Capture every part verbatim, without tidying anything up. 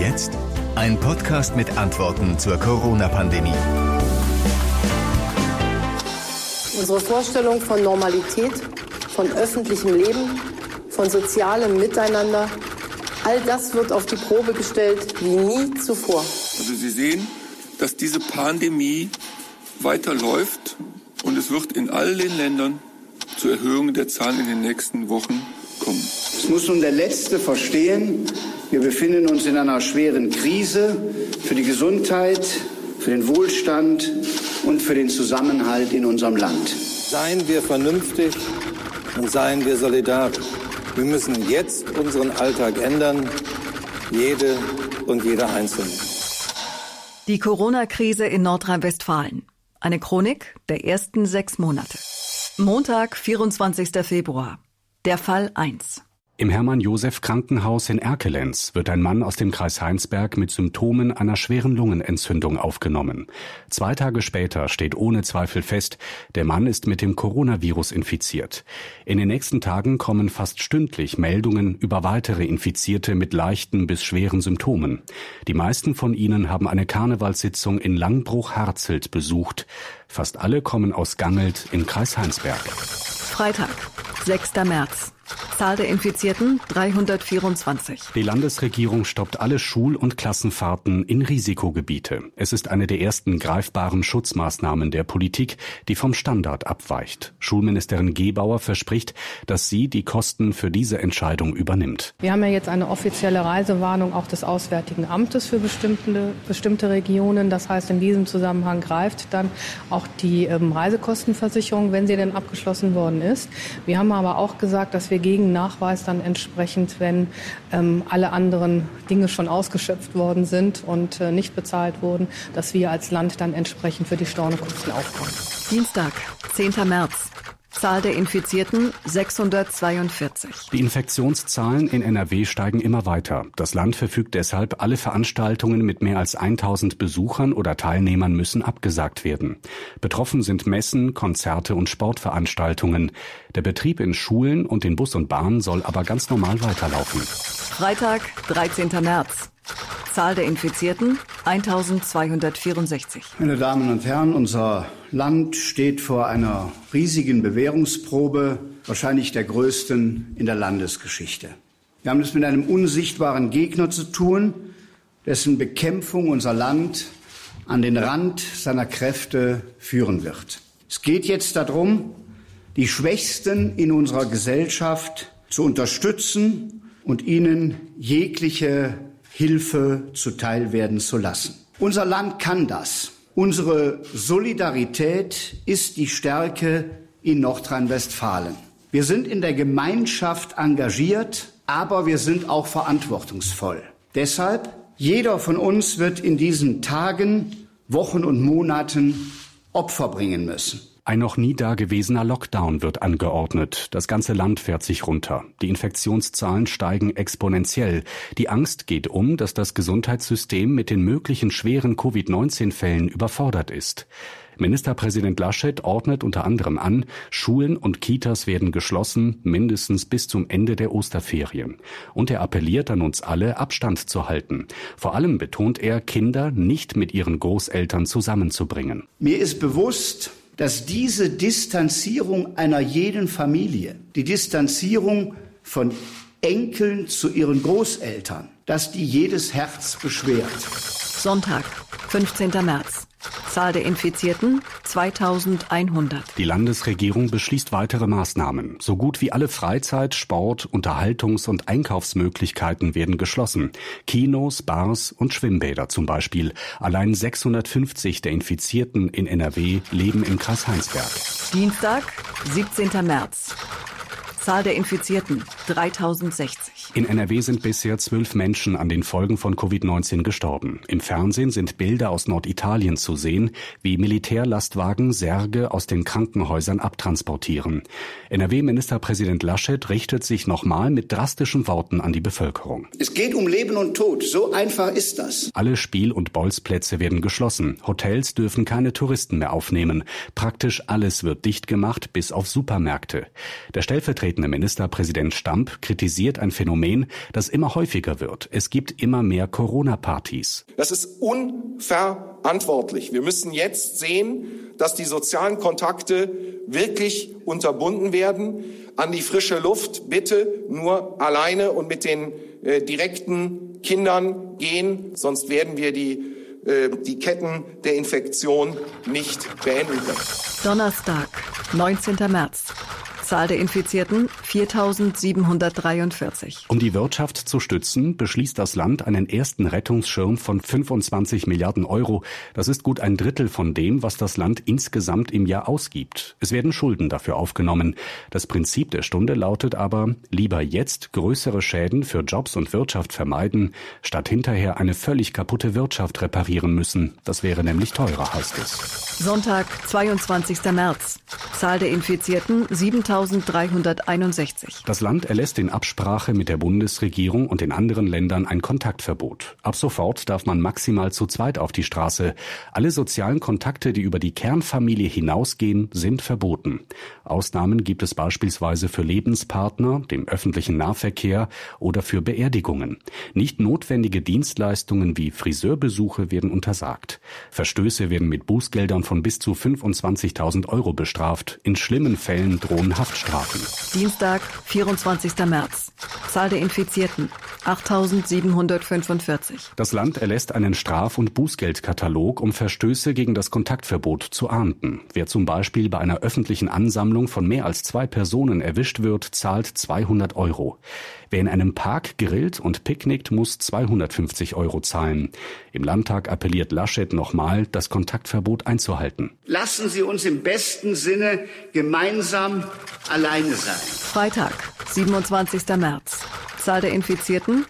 jetzt? Ein Podcast mit Antworten zur Corona-Pandemie. Unsere Vorstellung von Normalität, von öffentlichem Leben, von sozialem Miteinander, all das wird auf die Probe gestellt wie nie zuvor. Also Sie sehen, dass diese Pandemie weiterläuft und es wird in all den Ländern zu Erhöhungen der Zahlen in den nächsten Wochen kommen. Es muss nun der Letzte verstehen, wir befinden uns in einer schweren Krise für die Gesundheit, für den Wohlstand und für den Zusammenhalt in unserem Land. Seien wir vernünftig und seien wir solidarisch. Wir müssen jetzt unseren Alltag ändern, jede und jeder Einzelne. Die Corona-Krise in Nordrhein-Westfalen. Eine Chronik der ersten sechs Monate. Montag, vierundzwanzigster Februar. Der Fall eins. Im Hermann-Josef-Krankenhaus in Erkelenz wird ein Mann aus dem Kreis Heinsberg mit Symptomen einer schweren Lungenentzündung aufgenommen. Zwei Tage später steht ohne Zweifel fest, der Mann ist mit dem Coronavirus infiziert. In den nächsten Tagen kommen fast stündlich Meldungen über weitere Infizierte mit leichten bis schweren Symptomen. Die meisten von ihnen haben eine Karnevalssitzung in Langbruch-Harzelt besucht. Fast alle kommen aus Gangelt im Kreis Heinsberg. Freitag, sechster März. Zahl der Infizierten dreihundertvierundzwanzig. Die Landesregierung stoppt alle Schul- und Klassenfahrten in Risikogebiete. Es ist eine der ersten greifbaren Schutzmaßnahmen der Politik, die vom Standard abweicht. Schulministerin Gebauer verspricht, dass sie die Kosten für diese Entscheidung übernimmt. Wir haben ja jetzt eine offizielle Reisewarnung auch des Auswärtigen Amtes für bestimmte, bestimmte Regionen. Das heißt, in diesem Zusammenhang greift dann auch die ähm, Reisekostenversicherung, wenn sie denn abgeschlossen worden ist. Wir haben aber auch gesagt, dass wir gegen Nachweis dann entsprechend, wenn ähm, alle anderen Dinge schon ausgeschöpft worden sind und äh, nicht bezahlt wurden, dass wir als Land dann entsprechend für die Stornokosten aufkommen. Dienstag, zehnter März. Zahl der Infizierten sechshundertzweiundvierzig. Die Infektionszahlen in N R W steigen immer weiter. Das Land verfügt deshalb, alle Veranstaltungen mit mehr als tausend Besuchern oder Teilnehmern müssen abgesagt werden. Betroffen sind Messen, Konzerte und Sportveranstaltungen. Der Betrieb in Schulen und in Bus und Bahn soll aber ganz normal weiterlaufen. Freitag, dreizehnter März. Zahl der Infizierten eintausendzweihundertvierundsechzig. Meine Damen und Herren, unser Land steht vor einer riesigen Bewährungsprobe, wahrscheinlich der größten in der Landesgeschichte. Wir haben es mit einem unsichtbaren Gegner zu tun, dessen Bekämpfung unser Land an den Rand seiner Kräfte führen wird. Es geht jetzt darum, die Schwächsten in unserer Gesellschaft zu unterstützen und ihnen jegliche Hilfe zuteilwerden zu lassen. Unser Land kann das. Unsere Solidarität ist die Stärke in Nordrhein-Westfalen. Wir sind in der Gemeinschaft engagiert, aber wir sind auch verantwortungsvoll. Deshalb, jeder von uns wird in diesen Tagen, Wochen und Monaten Opfer bringen müssen. Ein noch nie dagewesener Lockdown wird angeordnet. Das ganze Land fährt sich runter. Die Infektionszahlen steigen exponentiell. Die Angst geht um, dass das Gesundheitssystem mit den möglichen schweren Covid neunzehn Fällen überfordert ist. Ministerpräsident Laschet ordnet unter anderem an, Schulen und Kitas werden geschlossen, mindestens bis zum Ende der Osterferien. Und er appelliert an uns alle, Abstand zu halten. Vor allem betont er, Kinder nicht mit ihren Großeltern zusammenzubringen. Mir ist bewusst, dass diese Distanzierung einer jeden Familie, die Distanzierung von Enkeln zu ihren Großeltern, dass die jedes Herz beschwert. Sonntag, fünfzehnter März. Zahl der Infizierten zweitausendeinhundert. Die Landesregierung beschließt weitere Maßnahmen. So gut wie alle Freizeit-, Sport-, Unterhaltungs- und Einkaufsmöglichkeiten werden geschlossen. Kinos, Bars und Schwimmbäder zum Beispiel. Allein sechshundertfünfzig der Infizierten in N R W leben im Kreis Heinsberg. Dienstag, siebzehnter März. Zahl der Infizierten dreitausendsechzig. In N R W sind bisher zwölf Menschen an den Folgen von Covid neunzehn gestorben. Im Fernsehen sind Bilder aus Norditalien zu sehen, wie Militärlastwagen Särge aus den Krankenhäusern abtransportieren. N R W-Ministerpräsident Laschet richtet sich nochmal mit drastischen Worten an die Bevölkerung. Es geht um Leben und Tod. So einfach ist das. Alle Spiel- und Bolzplätze werden geschlossen. Hotels dürfen keine Touristen mehr aufnehmen. Praktisch alles wird dicht gemacht, bis auf Supermärkte. Der stellvertretende Ministerpräsident Stamp kritisiert ein Phänomen Phänomen, das immer häufiger wird. Es gibt immer mehr Corona-Partys. Das ist unverantwortlich. Wir müssen jetzt sehen, dass die sozialen Kontakte wirklich unterbunden werden. An die frische Luft bitte nur alleine und mit den äh, direkten Kindern gehen, sonst werden wir die, äh, die Ketten der Infektion nicht beenden können. Donnerstag, neunzehnter März. Zahl der Infizierten viertausendsiebenhundertdreiundvierzig. Um die Wirtschaft zu stützen, beschließt das Land einen ersten Rettungsschirm von fünfundzwanzig Milliarden Euro. Das ist gut ein Drittel von dem, was das Land insgesamt im Jahr ausgibt. Es werden Schulden dafür aufgenommen. Das Prinzip der Stunde lautet aber, lieber jetzt größere Schäden für Jobs und Wirtschaft vermeiden, statt hinterher eine völlig kaputte Wirtschaft reparieren müssen. Das wäre nämlich teurer, heißt es. Sonntag, zweiundzwanzigster März. Zahl der Infizierten siebentausenddreihunderteinundsechzig. Das Land erlässt in Absprache mit der Bundesregierung und den anderen Ländern ein Kontaktverbot. Ab sofort darf man maximal zu zweit auf die Straße. Alle sozialen Kontakte, die über die Kernfamilie hinausgehen, sind verboten. Ausnahmen gibt es beispielsweise für Lebenspartner, dem öffentlichen Nahverkehr oder für Beerdigungen. Nicht notwendige Dienstleistungen wie Friseurbesuche werden untersagt. Verstöße werden mit Bußgeldern von bis zu fünfundzwanzigtausend Euro bestraft. In schlimmen Fällen drohen Haftstrafen. Dienstag, vierundzwanzigster März. Zahl der Infizierten achttausendsiebenhundertfünfundvierzig. Das Land erlässt einen Straf- und Bußgeldkatalog, um Verstöße gegen das Kontaktverbot zu ahnden. Wer zum Beispiel bei einer öffentlichen Ansammlung von mehr als zwei Personen erwischt wird, zahlt zweihundert Euro. Wer in einem Park grillt und picknickt, muss zweihundertfünfzig Euro zahlen. Im Landtag appelliert Laschet nochmal, das Kontaktverbot einzuhalten. Lassen Sie uns im besten Sinne gemeinsam alleine sein. Freitag, siebenundzwanzigster März. Zahl der Infizierten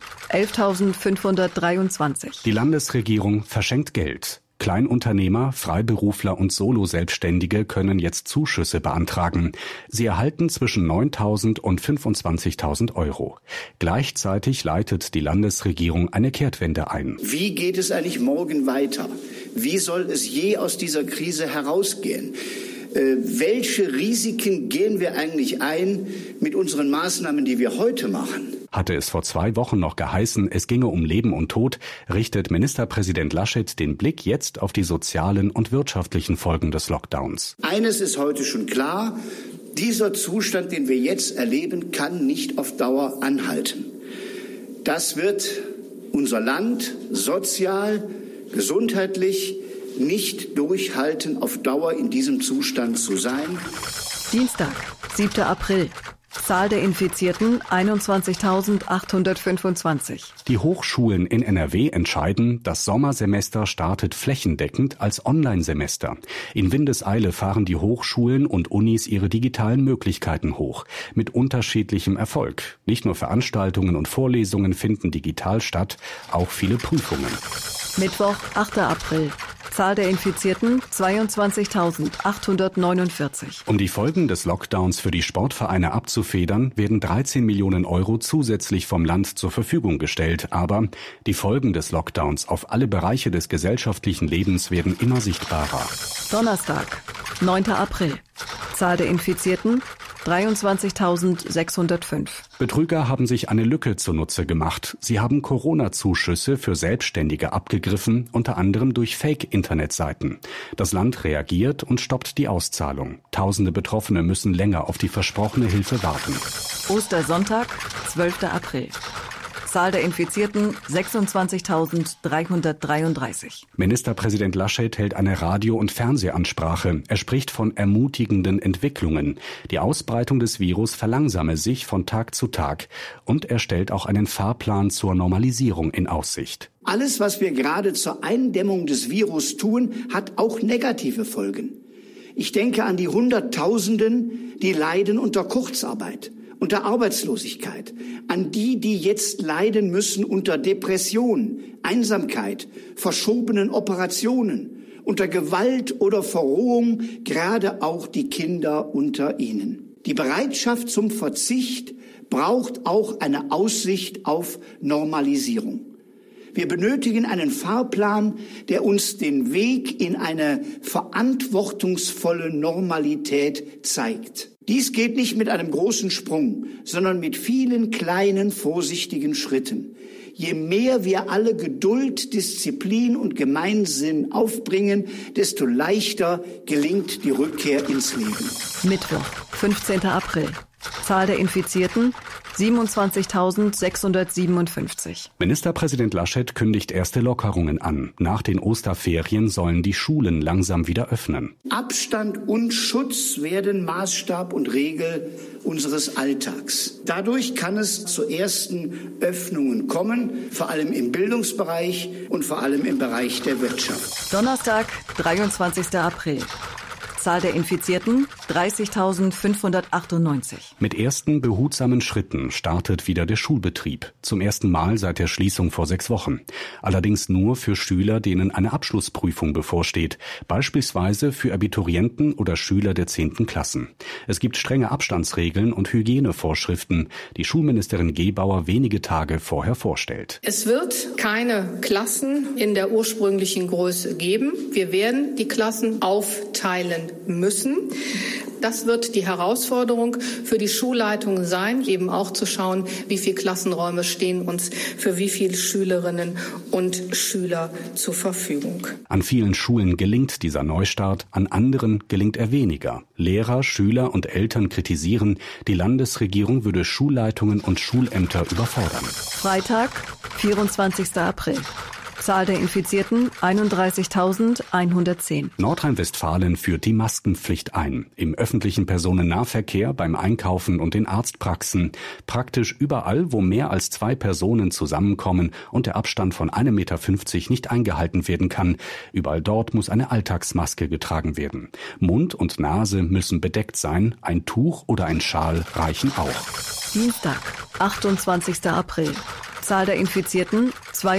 elftausendfünfhundertdreiundzwanzig. Die Landesregierung verschenkt Geld. Kleinunternehmer, Freiberufler und Soloselbstständige können jetzt Zuschüsse beantragen. Sie erhalten zwischen neuntausend und fünfundzwanzigtausend Euro. Gleichzeitig leitet die Landesregierung eine Kehrtwende ein. Wie geht es eigentlich morgen weiter? Wie soll es je aus dieser Krise herausgehen? Äh, welche Risiken gehen wir eigentlich ein mit unseren Maßnahmen, die wir heute machen? Hatte es vor zwei Wochen noch geheißen, es ginge um Leben und Tod, richtet Ministerpräsident Laschet den Blick jetzt auf die sozialen und wirtschaftlichen Folgen des Lockdowns. Eines ist heute schon klar, dieser Zustand, den wir jetzt erleben, kann nicht auf Dauer anhalten. Das wird unser Land sozial, gesundheitlich nicht durchhalten, auf Dauer in diesem Zustand zu sein. Dienstag, siebter April. Zahl der Infizierten einundzwanzigtausendachthundertfünfundzwanzig. Die Hochschulen in N R W entscheiden, das Sommersemester startet flächendeckend als Online-Semester. In Windeseile fahren die Hochschulen und Unis ihre digitalen Möglichkeiten hoch, mit unterschiedlichem Erfolg. Nicht nur Veranstaltungen und Vorlesungen finden digital statt, auch viele Prüfungen. Mittwoch, achter April. Zahl der Infizierten zweiundzwanzigtausendachthundertneunundvierzig. Um die Folgen des Lockdowns für die Sportvereine abzufedern, werden dreizehn Millionen Euro zusätzlich vom Land zur Verfügung gestellt. Aber die Folgen des Lockdowns auf alle Bereiche des gesellschaftlichen Lebens werden immer sichtbarer. Donnerstag, neunter April. Zahl der Infizierten dreiundzwanzigtausendsechshundertfünf. Betrüger haben sich eine Lücke zunutze gemacht. Sie haben Corona-Zuschüsse für Selbstständige abgegriffen, unter anderem durch Fake-Internetseiten. Das Land reagiert und stoppt die Auszahlung. Tausende Betroffene müssen länger auf die versprochene Hilfe warten. Ostersonntag, zwölfter April. Zahl der Infizierten sechsundzwanzigtausenddreihundertdreiunddreißig. Ministerpräsident Laschet hält eine Radio- und Fernsehansprache. Er spricht von ermutigenden Entwicklungen. Die Ausbreitung des Virus verlangsame sich von Tag zu Tag. Und er stellt auch einen Fahrplan zur Normalisierung in Aussicht. Alles, was wir gerade zur Eindämmung des Virus tun, hat auch negative Folgen. Ich denke an die Hunderttausenden, die leiden unter Kurzarbeit, unter Arbeitslosigkeit, an die, die jetzt leiden müssen unter Depression, Einsamkeit, verschobenen Operationen, unter Gewalt oder Verrohung, gerade auch die Kinder unter ihnen. Die Bereitschaft zum Verzicht braucht auch eine Aussicht auf Normalisierung. Wir benötigen einen Fahrplan, der uns den Weg in eine verantwortungsvolle Normalität zeigt. Dies geht nicht mit einem großen Sprung, sondern mit vielen kleinen, vorsichtigen Schritten. Je mehr wir alle Geduld, Disziplin und Gemeinsinn aufbringen, desto leichter gelingt die Rückkehr ins Leben. Mittwoch, fünfzehnter April. Zahl der Infizierten siebenundzwanzigtausendsechshundertsiebenundfünfzig. Ministerpräsident Laschet kündigt erste Lockerungen an. Nach den Osterferien sollen die Schulen langsam wieder öffnen. Abstand und Schutz werden Maßstab und Regel unseres Alltags. Dadurch kann es zu ersten Öffnungen kommen, vor allem im Bildungsbereich und vor allem im Bereich der Wirtschaft. Donnerstag, dreiundzwanzigster April. Zahl der Infizierten dreißigtausendfünfhundertachtundneunzig. Mit ersten behutsamen Schritten startet wieder der Schulbetrieb. Zum ersten Mal seit der Schließung vor sechs Wochen. Allerdings nur für Schüler, denen eine Abschlussprüfung bevorsteht. Beispielsweise für Abiturienten oder Schüler der zehnten Klassen. Es gibt strenge Abstandsregeln und Hygienevorschriften, die Schulministerin Gebauer wenige Tage vorher vorstellt. Es wird keine Klassen in der ursprünglichen Größe geben. Wir werden die Klassen aufteilen müssen. Das wird die Herausforderung für die Schulleitungen sein, eben auch zu schauen, wie viele Klassenräume stehen uns für wie viele Schülerinnen und Schüler zur Verfügung. An vielen Schulen gelingt dieser Neustart, an anderen gelingt er weniger. Lehrer, Schüler und Eltern kritisieren, die Landesregierung würde Schulleitungen und Schulämter überfordern. Freitag, vierundzwanzigster April. Zahl der Infizierten einunddreißigtausendeinhundertzehn. Nordrhein-Westfalen führt die Maskenpflicht ein. Im öffentlichen Personennahverkehr, beim Einkaufen und in Arztpraxen. Praktisch überall, wo mehr als zwei Personen zusammenkommen und der Abstand von einem Meter fünfzig nicht eingehalten werden kann. Überall dort muss eine Alltagsmaske getragen werden. Mund und Nase müssen bedeckt sein. Ein Tuch oder ein Schal reichen auch. Dienstag, achtundzwanzigster April. Zahl der Infizierten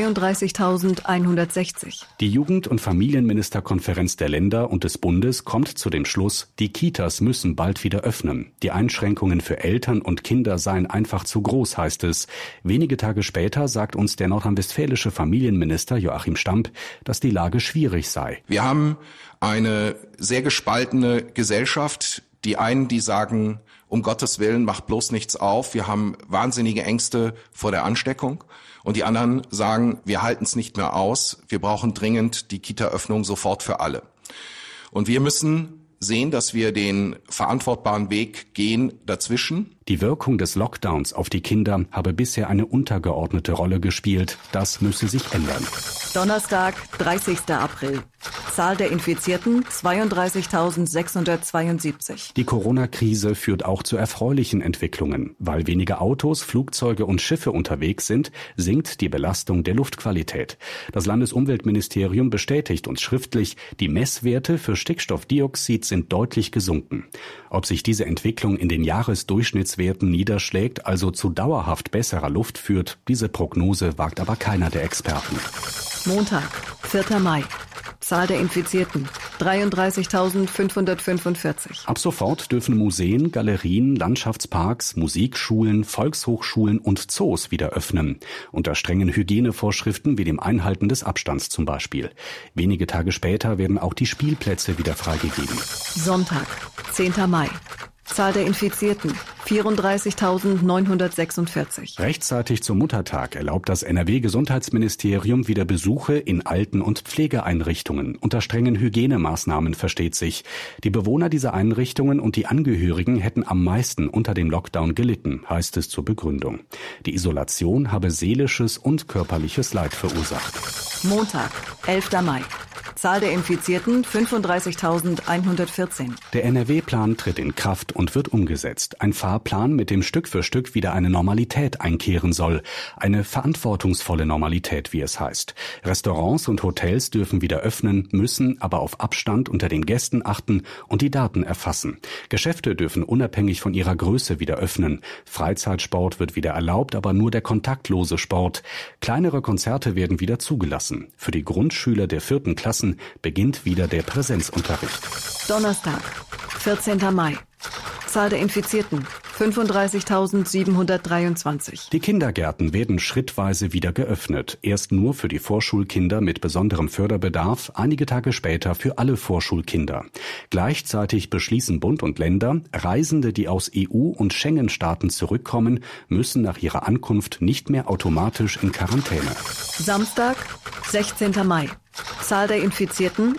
zweiunddreißigtausendeinhundertsechzig. Die Jugend- und Familienministerkonferenz der Länder und des Bundes kommt zu dem Schluss, die Kitas müssen bald wieder öffnen. Die Einschränkungen für Eltern und Kinder seien einfach zu groß, heißt es. Wenige Tage später sagt uns der nordrhein-westfälische Familienminister Joachim Stamp, dass die Lage schwierig sei. Wir haben eine sehr gespaltene Gesellschaft. Die einen, die sagen, um Gottes Willen, macht bloß nichts auf. Wir haben wahnsinnige Ängste vor der Ansteckung. Und die anderen sagen, wir halten es nicht mehr aus. Wir brauchen dringend die Kita-Öffnung sofort für alle. Und wir müssen sehen, dass wir den verantwortbaren Weg gehen dazwischen. Die Wirkung des Lockdowns auf die Kinder habe bisher eine untergeordnete Rolle gespielt. Das müsse sich ändern. Donnerstag, dreißigster April. Zahl der Infizierten zweiunddreißigtausendsechshundertzweiundsiebzig. Die Corona-Krise führt auch zu erfreulichen Entwicklungen. Weil weniger Autos, Flugzeuge und Schiffe unterwegs sind, sinkt die Belastung der Luftqualität. Das Landesumweltministerium bestätigt uns schriftlich, die Messwerte für Stickstoffdioxid sind deutlich gesunken. Ob sich diese Entwicklung in den Jahresdurchschnittswerten niederschlägt, also zu dauerhaft besserer Luft führt, diese Prognose wagt aber keiner der Experten. Montag, vierter Mai. Zahl der Infizierten dreiunddreißigtausendfünfhundertfünfundvierzig. Ab sofort dürfen Museen, Galerien, Landschaftsparks, Musikschulen, Volkshochschulen und Zoos wieder öffnen. Unter strengen Hygienevorschriften wie dem Einhalten des Abstands zum Beispiel. Wenige Tage später werden auch die Spielplätze wieder freigegeben. Sonntag, zehnter Mai. Zahl der Infizierten vierunddreißigtausendneunhundertsechsundvierzig. Rechtzeitig zum Muttertag erlaubt das N R W-Gesundheitsministerium wieder Besuche in Alten- und Pflegeeinrichtungen. Unter strengen Hygienemaßnahmen versteht sich. Die Bewohner dieser Einrichtungen und die Angehörigen hätten am meisten unter dem Lockdown gelitten, heißt es zur Begründung. Die Isolation habe seelisches und körperliches Leid verursacht. Montag, elfter Mai. Zahl der Infizierten fünfunddreißigtausendeinhundertvierzehn. Der N R W-Plan tritt in Kraft und wird umgesetzt. Ein Fahrplan, mit dem Stück für Stück wieder eine Normalität einkehren soll. Eine verantwortungsvolle Normalität, wie es heißt. Restaurants und Hotels dürfen wieder öffnen, müssen aber auf Abstand unter den Gästen achten und die Daten erfassen. Geschäfte dürfen unabhängig von ihrer Größe wieder öffnen. Freizeitsport wird wieder erlaubt, aber nur der kontaktlose Sport. Kleinere Konzerte werden wieder zugelassen. Für die Grundschüler der vierten Klassen beginnt wieder der Präsenzunterricht. Donnerstag, vierzehnter Mai. Zahl der Infizierten fünfunddreißigtausendsiebenhundertdreiundzwanzig. Die Kindergärten werden schrittweise wieder geöffnet. Erst nur für die Vorschulkinder mit besonderem Förderbedarf, einige Tage später für alle Vorschulkinder. Gleichzeitig beschließen Bund und Länder, Reisende, die aus E U- und Schengen-Staaten zurückkommen, müssen nach ihrer Ankunft nicht mehr automatisch in Quarantäne. Samstag, sechzehnter Mai. Zahl der Infizierten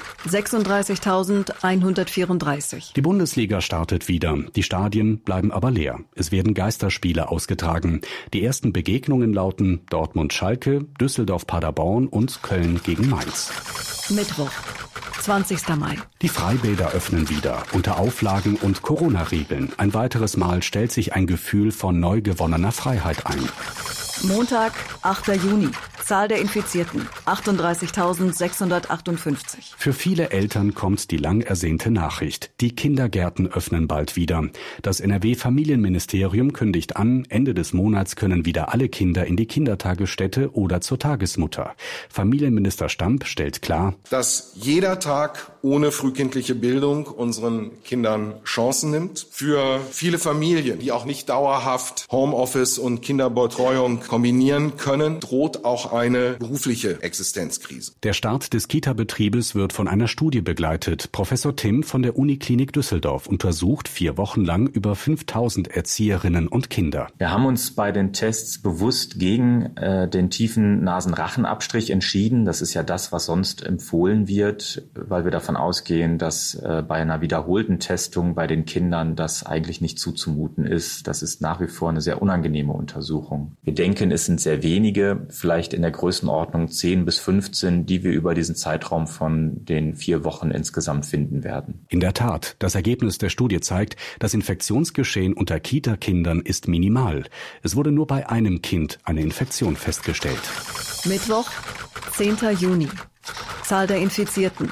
sechsunddreißigtausendeinhundertvierunddreißig. Die Bundesliga startet wieder. Die Stadien bleiben aber leer. Es werden Geisterspiele ausgetragen. Die ersten Begegnungen lauten Dortmund-Schalke, Düsseldorf-Paderborn und Köln gegen Mainz. Mittwoch, zwanzigster Mai. Die Freibäder öffnen wieder, unter Auflagen und Corona-Regeln. Ein weiteres Mal stellt sich ein Gefühl von neu gewonnener Freiheit ein. Montag, achter Juni. Zahl der Infizierten achtunddreißigtausendsechshundertachtundfünfzig. Für viele Eltern kommt die lang ersehnte Nachricht. Die Kindergärten öffnen bald wieder. Das N R W-Familienministerium kündigt an, Ende des Monats können wieder alle Kinder in die Kindertagesstätte oder zur Tagesmutter. Familienminister Stamp stellt klar, dass jeder Tag ohne frühkindliche Bildung unseren Kindern Chancen nimmt. Für viele Familien, die auch nicht dauerhaft Homeoffice und Kinderbetreuung kombinieren können, droht auch eine berufliche Existenzkrise. Der Start des Kita-Betriebes wird von einer Studie begleitet. Professor Timm von der Uniklinik Düsseldorf untersucht vier Wochen lang über fünftausend Erzieherinnen und Kinder. Wir haben uns bei den Tests bewusst gegen äh, den tiefen Nasenrachenabstrich entschieden. Das ist ja das, was sonst empfohlen wird, weil wir davon ausgehen, dass äh, bei einer wiederholten Testung bei den Kindern das eigentlich nicht zuzumuten ist. Das ist nach wie vor eine sehr unangenehme Untersuchung. Wir denken, es sind sehr wenige, vielleicht in der Größenordnung zehn bis fünfzehn, die wir über diesen Zeitraum von den vier Wochen insgesamt finden werden. In der Tat, das Ergebnis der Studie zeigt, das Infektionsgeschehen unter Kita-Kindern ist minimal. Es wurde nur bei einem Kind eine Infektion festgestellt. Mittwoch, zehnter Juni. Zahl der Infizierten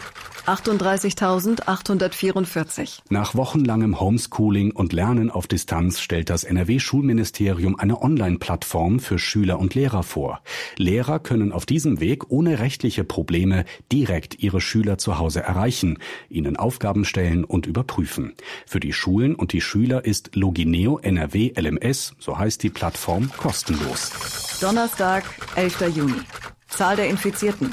achtunddreißigtausendachthundertvierundvierzig. Nach wochenlangem Homeschooling und Lernen auf Distanz stellt das N R W-Schulministerium eine Online-Plattform für Schüler und Lehrer vor. Lehrer können auf diesem Weg ohne rechtliche Probleme direkt ihre Schüler zu Hause erreichen, ihnen Aufgaben stellen und überprüfen. Für die Schulen und die Schüler ist Logineo N R W L M S, so heißt die Plattform, kostenlos. Donnerstag, elfter Juni. Zahl der Infizierten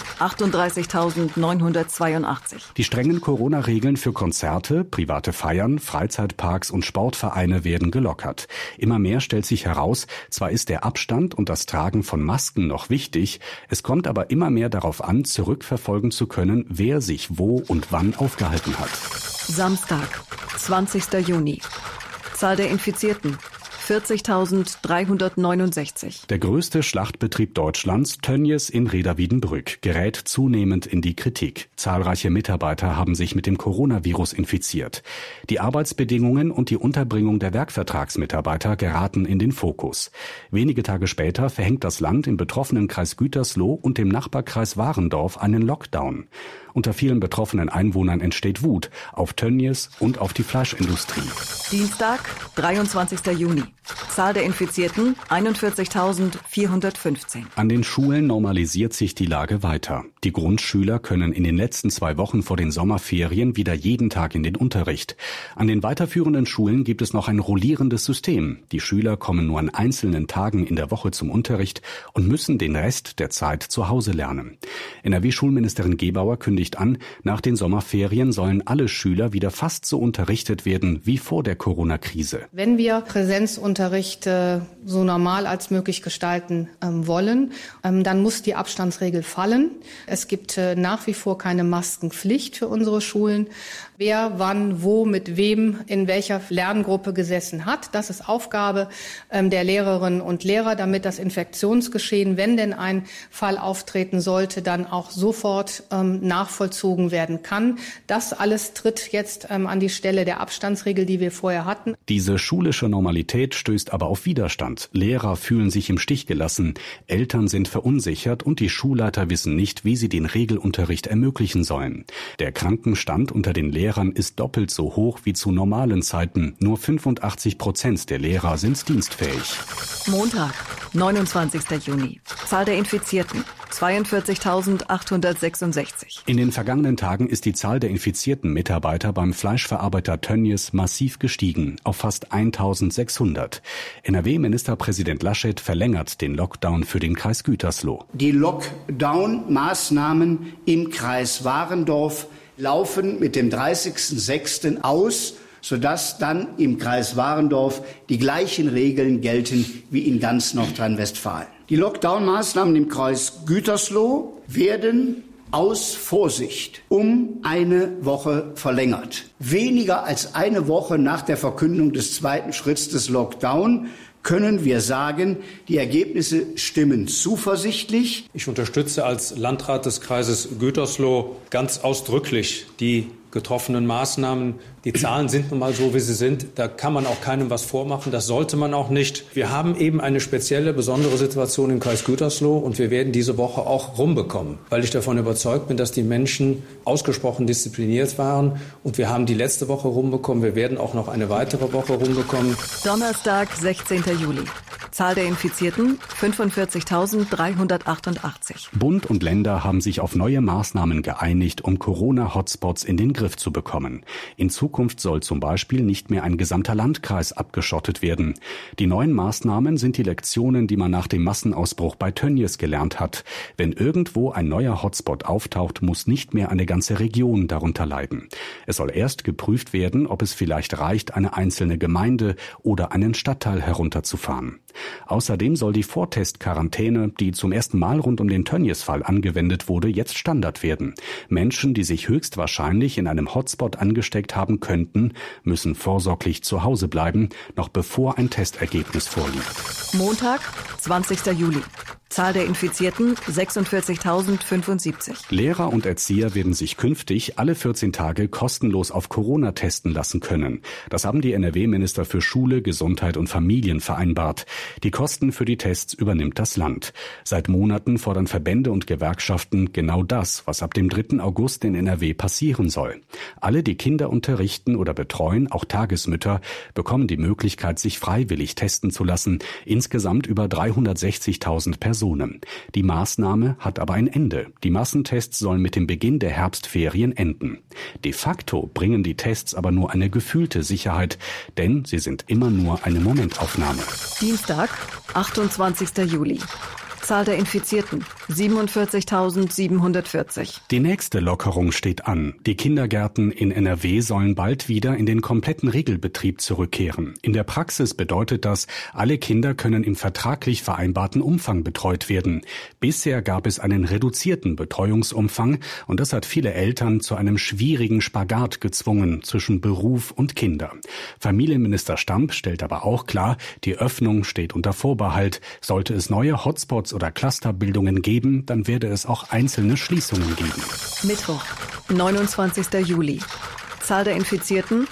achtunddreißigtausendneunhundertzweiundachtzig. Die strengen Corona-Regeln für Konzerte, private Feiern, Freizeitparks und Sportvereine werden gelockert. Immer mehr stellt sich heraus, zwar ist der Abstand und das Tragen von Masken noch wichtig, es kommt aber immer mehr darauf an, zurückverfolgen zu können, wer sich wo und wann aufgehalten hat. Samstag, zwanzigster Juni. Zahl der Infizierten vierzigtausenddreihundertneunundsechzig. Der größte Schlachtbetrieb Deutschlands, Tönnies in Reda-Wiedenbrück, gerät zunehmend in die Kritik. Zahlreiche Mitarbeiter haben sich mit dem Coronavirus infiziert. Die Arbeitsbedingungen und die Unterbringung der Werkvertragsmitarbeiter geraten in den Fokus. Wenige Tage später verhängt das Land im betroffenen Kreis Gütersloh und dem Nachbarkreis Warendorf einen Lockdown. Unter vielen betroffenen Einwohnern entsteht Wut auf Tönnies und auf die Fleischindustrie. Dienstag, dreiundzwanzigster Juni. Zahl der Infizierten einundvierzigtausendvierhundertfünfzehn. An den Schulen normalisiert sich die Lage weiter. Die Grundschüler können in den letzten zwei Wochen vor den Sommerferien wieder jeden Tag in den Unterricht. An den weiterführenden Schulen gibt es noch ein rollierendes System. Die Schüler kommen nur an einzelnen Tagen in der Woche zum Unterricht und müssen den Rest der Zeit zu Hause lernen. N R W-Schulministerin Gebauer kündigt an, nach den Sommerferien sollen alle Schüler wieder fast so unterrichtet werden wie vor der Corona-Krise. Wenn wir Präsenzunterricht äh, so normal als möglich gestalten ähm, wollen, ähm, dann muss die Abstandsregel fallen. Es gibt äh, nach wie vor keine Maskenpflicht für unsere Schulen. Wer, wann, wo, mit wem, in welcher Lerngruppe gesessen hat, das ist Aufgabe ähm, der Lehrerinnen und Lehrer, damit das Infektionsgeschehen, wenn denn ein Fall auftreten sollte, dann auch sofort ähm, nachvollzogen werden kann. Das alles tritt jetzt ähm, an die Stelle der Abstandsregel, die wir vorher hatten. Diese schulische Normalität stößt aber auf Widerstand. Lehrer fühlen sich im Stich gelassen, Eltern sind verunsichert und die Schulleiter wissen nicht, wie sie den Regelunterricht ermöglichen sollen. Der Krankenstand unter den Lehrern ist doppelt so hoch wie zu normalen Zeiten. Nur fünfundachtzig Prozent der Lehrer sind dienstfähig. Montag, neunundzwanzigster Juni. Zahl der Infizierten zweiundvierzigtausendachthundertsechsundsechzig. In den vergangenen Tagen ist die Zahl der infizierten Mitarbeiter beim Fleischverarbeiter Tönnies massiv gestiegen, auf fast eintausendsechshundert. N R W-Ministerpräsident Laschet verlängert den Lockdown für den Kreis Gütersloh. Die Lockdown-Maßnahmen im Kreis Warendorf laufen mit dem dreißigsten sechsten aus, sodass dann im Kreis Warendorf die gleichen Regeln gelten wie in ganz Nordrhein-Westfalen. Die Lockdown-Maßnahmen im Kreis Gütersloh werden aus Vorsicht um eine Woche verlängert. Weniger als eine Woche nach der Verkündung des zweiten Schritts des Lockdown können wir sagen, die Ergebnisse stimmen zuversichtlich. Ich unterstütze als Landrat des Kreises Gütersloh ganz ausdrücklich die getroffenen Maßnahmen. Die Zahlen sind nun mal so, wie sie sind. Da kann man auch keinem was vormachen. Das sollte man auch nicht. Wir haben eben eine spezielle, besondere Situation im Kreis Gütersloh und wir werden diese Woche auch rumbekommen, weil ich davon überzeugt bin, dass die Menschen ausgesprochen diszipliniert waren. Und wir haben die letzte Woche rumbekommen. Wir werden auch noch eine weitere Woche rumbekommen. Donnerstag, sechzehnten Juli. Zahl der Infizierten fünfundvierzigtausenddreihundertachtundachtzig. Bund und Länder haben sich auf neue Maßnahmen geeinigt, um Corona-Hotspots in den Griff zu bekommen. In Zukunft soll zum Beispiel nicht mehr ein gesamter Landkreis abgeschottet werden. Die neuen Maßnahmen sind die Lektionen, die man nach dem Massenausbruch bei Tönnies gelernt hat. Wenn irgendwo ein neuer Hotspot auftaucht, muss nicht mehr eine ganze Region darunter leiden. Es soll erst geprüft werden, ob es vielleicht reicht, eine einzelne Gemeinde oder einen Stadtteil herunterzufahren. Außerdem soll die Vortest-Quarantäne, die zum ersten Mal rund um den Tönnies-Fall angewendet wurde, jetzt Standard werden. Menschen, die sich höchstwahrscheinlich in einem Hotspot angesteckt haben könnten, müssen vorsorglich zu Hause bleiben, noch bevor ein Testergebnis vorliegt. Montag, zwanzigsten Juli. Zahl der Infizierten sechsundvierzigtausendfünfundsiebzig. Lehrer und Erzieher werden sich künftig alle vierzehn Tage kostenlos auf Corona testen lassen können. Das haben die N R W-Minister für Schule, Gesundheit und Familien vereinbart. Die Kosten für die Tests übernimmt das Land. Seit Monaten fordern Verbände und Gewerkschaften genau das, was ab dem dritten August in N R W passieren soll. Alle, die Kinder unterrichten oder betreuen, auch Tagesmütter, bekommen die Möglichkeit, sich freiwillig testen zu lassen. Insgesamt über dreihundertsechzigtausend Personen. Die Maßnahme hat aber ein Ende. Die Massentests sollen mit dem Beginn der Herbstferien enden. De facto bringen die Tests aber nur eine gefühlte Sicherheit, denn sie sind immer nur eine Momentaufnahme. Dienstag, achtundzwanzigsten Juli. Zahl der Infizierten siebenundvierzigtausendsiebenhundertvierzig. Die nächste Lockerung steht an. Die Kindergärten in N R W sollen bald wieder in den kompletten Regelbetrieb zurückkehren. In der Praxis bedeutet das, alle Kinder können im vertraglich vereinbarten Umfang betreut werden. Bisher gab es einen reduzierten Betreuungsumfang und das hat viele Eltern zu einem schwierigen Spagat gezwungen zwischen Beruf und Kinder. Familienminister Stamp stellt aber auch klar, die Öffnung steht unter Vorbehalt. Sollte es neue Hotspots oder Clusterbildungen geben, dann werde es auch einzelne Schließungen geben. Mittwoch, neunundzwanzigsten Juli. Zahl der Infizierten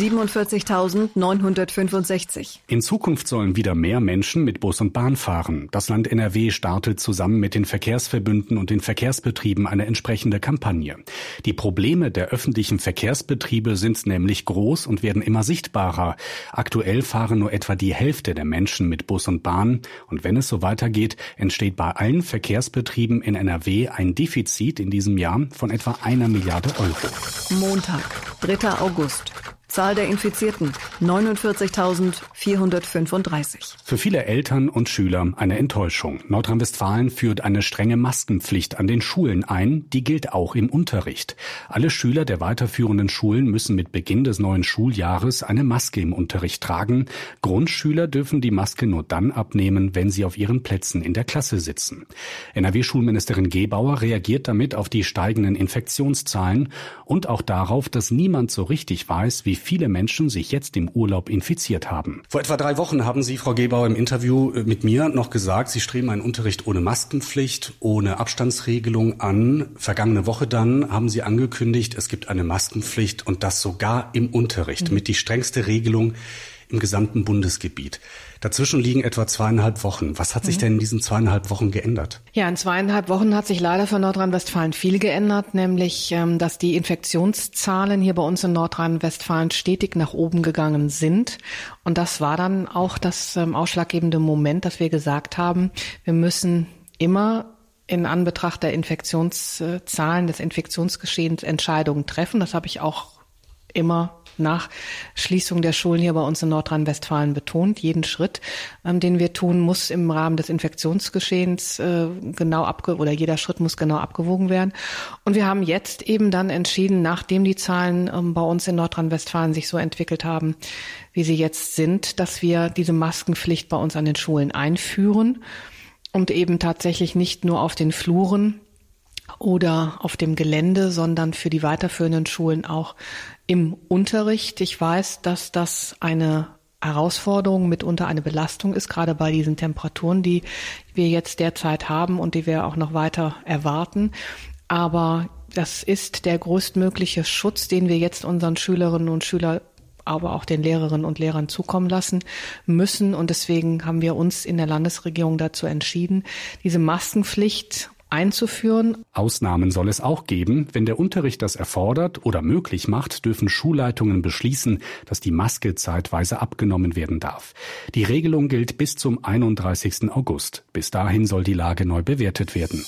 siebenundvierzigtausendneunhundertfünfundsechzig. In Zukunft sollen wieder mehr Menschen mit Bus und Bahn fahren. Das Land N R W startet zusammen mit den Verkehrsverbünden und den Verkehrsbetrieben eine entsprechende Kampagne. Die Probleme der öffentlichen Verkehrsbetriebe sind nämlich groß und werden immer sichtbarer. Aktuell fahren nur etwa die Hälfte der Menschen mit Bus und Bahn. Und wenn es so weitergeht, entsteht bei allen Verkehrsbetrieben in N R W ein Defizit in diesem Jahr von etwa einer Milliarde Euro. Montag, dritter August. Zahl der Infizierten neunundvierzigtausendvierhundertfünfunddreißig. Für viele Eltern und Schüler eine Enttäuschung. Nordrhein-Westfalen führt eine strenge Maskenpflicht an den Schulen ein. Die gilt auch im Unterricht. Alle Schüler der weiterführenden Schulen müssen mit Beginn des neuen Schuljahres eine Maske im Unterricht tragen. Grundschüler dürfen die Maske nur dann abnehmen, wenn sie auf ihren Plätzen in der Klasse sitzen. N R W-Schulministerin Gebauer reagiert damit auf die steigenden Infektionszahlen und auch darauf, dass niemand so richtig weiß, wie viele Menschen sich jetzt im Urlaub infiziert haben. Vor etwa drei Wochen haben Sie, Frau Gebauer, im Interview mit mir noch gesagt, Sie streben einen Unterricht ohne Maskenpflicht, ohne Abstandsregelung an. Vergangene Woche dann haben Sie angekündigt, es gibt eine Maskenpflicht und das sogar im Unterricht, mhm. mit die strengste Regelung im gesamten Bundesgebiet. Dazwischen liegen etwa zweieinhalb Wochen. Was hat sich denn in diesen zweieinhalb Wochen geändert? Ja, in zweieinhalb Wochen hat sich leider für Nordrhein-Westfalen viel geändert, nämlich, dass die Infektionszahlen hier bei uns in Nordrhein-Westfalen stetig nach oben gegangen sind. Und das war dann auch das ausschlaggebende Moment, dass wir gesagt haben, wir müssen immer in Anbetracht der Infektionszahlen, des Infektionsgeschehens Entscheidungen treffen. Das habe ich auch immer nach Schließung der Schulen hier bei uns in Nordrhein-Westfalen betont. Jeden Schritt, ähm, den wir tun, muss im Rahmen des Infektionsgeschehens äh, genau abge oder jeder Schritt muss genau abgewogen werden. Und wir haben jetzt eben dann entschieden, nachdem die Zahlen ähm, bei uns in Nordrhein-Westfalen sich so entwickelt haben, wie sie jetzt sind, dass wir diese Maskenpflicht bei uns an den Schulen einführen und eben tatsächlich nicht nur auf den Fluren oder auf dem Gelände, sondern für die weiterführenden Schulen auch im Unterricht. Ich weiß, dass das eine Herausforderung, mitunter eine Belastung ist, gerade bei diesen Temperaturen, die wir jetzt derzeit haben und die wir auch noch weiter erwarten. Aber das ist der größtmögliche Schutz, den wir jetzt unseren Schülerinnen und Schülern, aber auch den Lehrerinnen und Lehrern zukommen lassen müssen. Und deswegen haben wir uns in der Landesregierung dazu entschieden, diese Maskenpflicht einzuführen. Ausnahmen soll es auch geben. Wenn der Unterricht das erfordert oder möglich macht, dürfen Schulleitungen beschließen, dass die Maske zeitweise abgenommen werden darf. Die Regelung gilt bis zum einunddreißigsten August. Bis dahin soll die Lage neu bewertet werden.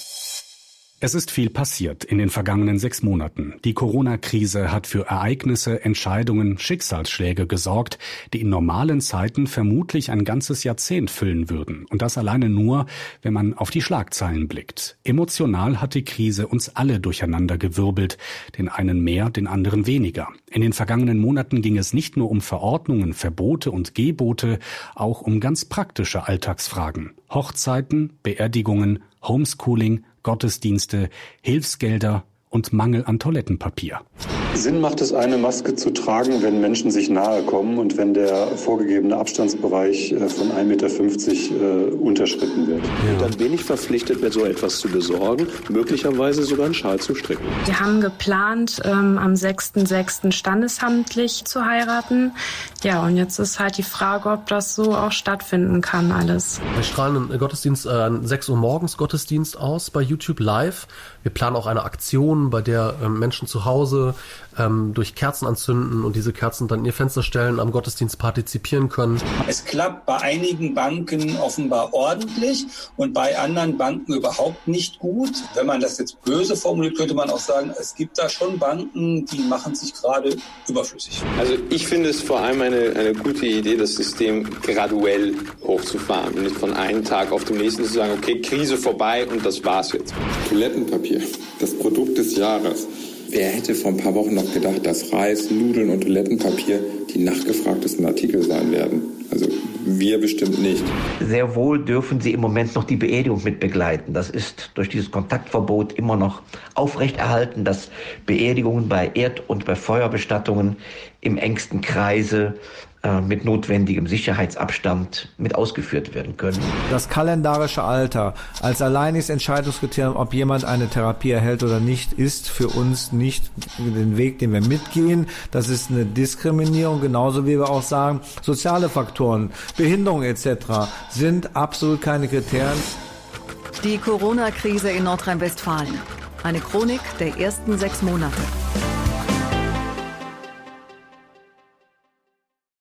Es ist viel passiert in den vergangenen sechs Monaten. Die Corona-Krise hat für Ereignisse, Entscheidungen, Schicksalsschläge gesorgt, die in normalen Zeiten vermutlich ein ganzes Jahrzehnt füllen würden. Und das alleine nur, wenn man auf die Schlagzeilen blickt. Emotional hat die Krise uns alle durcheinandergewirbelt. Den einen mehr, den anderen weniger. In den vergangenen Monaten ging es nicht nur um Verordnungen, Verbote und Gebote, auch um ganz praktische Alltagsfragen. Hochzeiten, Beerdigungen, Homeschooling, Gottesdienste, Hilfsgelder und Mangel an Toilettenpapier. Sinn macht es, eine Maske zu tragen, wenn Menschen sich nahe kommen und wenn der vorgegebene Abstandsbereich von ein Meter fünfzig äh, unterschritten wird. Ja. Dann bin ich verpflichtet, mir so etwas zu besorgen, möglicherweise sogar einen Schal zu stricken. Wir haben geplant, ähm, am sechsten sechsten standesamtlich zu heiraten. Ja, und jetzt ist halt die Frage, ob das so auch stattfinden kann alles. Wir strahlen einen Gottesdienst, äh, sechs Uhr morgens Gottesdienst aus bei YouTube Live. Wir planen auch eine Aktion, bei der ähm, Menschen zu Hause ähm, durch Kerzen anzünden und diese Kerzen dann in ihr Fenster stellen, am Gottesdienst partizipieren können. Es klappt bei einigen Banken offenbar ordentlich und bei anderen Banken überhaupt nicht gut. Wenn man das jetzt böse formuliert, könnte man auch sagen, es gibt da schon Banken, die machen sich gerade überflüssig. Also ich finde es vor allem eine, eine gute Idee, das System graduell hochzufahren und nicht von einem Tag auf den nächsten zu sagen, okay, Krise vorbei und das war's jetzt. Toilettenpapier, das Produkt des Jahres. Wer hätte vor ein paar Wochen noch gedacht, dass Reis, Nudeln und Toilettenpapier die nachgefragtesten Artikel sein werden? Also wir bestimmt nicht. Sehr wohl dürfen sie im Moment noch die Beerdigung mit begleiten. Das ist durch dieses Kontaktverbot immer noch aufrechterhalten, dass Beerdigungen bei Erd- und bei Feuerbestattungen im engsten Kreise äh, mit notwendigem Sicherheitsabstand mit ausgeführt werden können. Das kalendarische Alter als alleiniges Entscheidungskriterium, ob jemand eine Therapie erhält oder nicht, ist für uns nicht den Weg, den wir mitgehen. Das ist eine Diskriminierung, genauso wie wir auch sagen, soziale Faktoren, Behinderung et cetera sind absolut keine Kriterien. Die Corona-Krise in Nordrhein-Westfalen. Eine Chronik der ersten sechs Monate.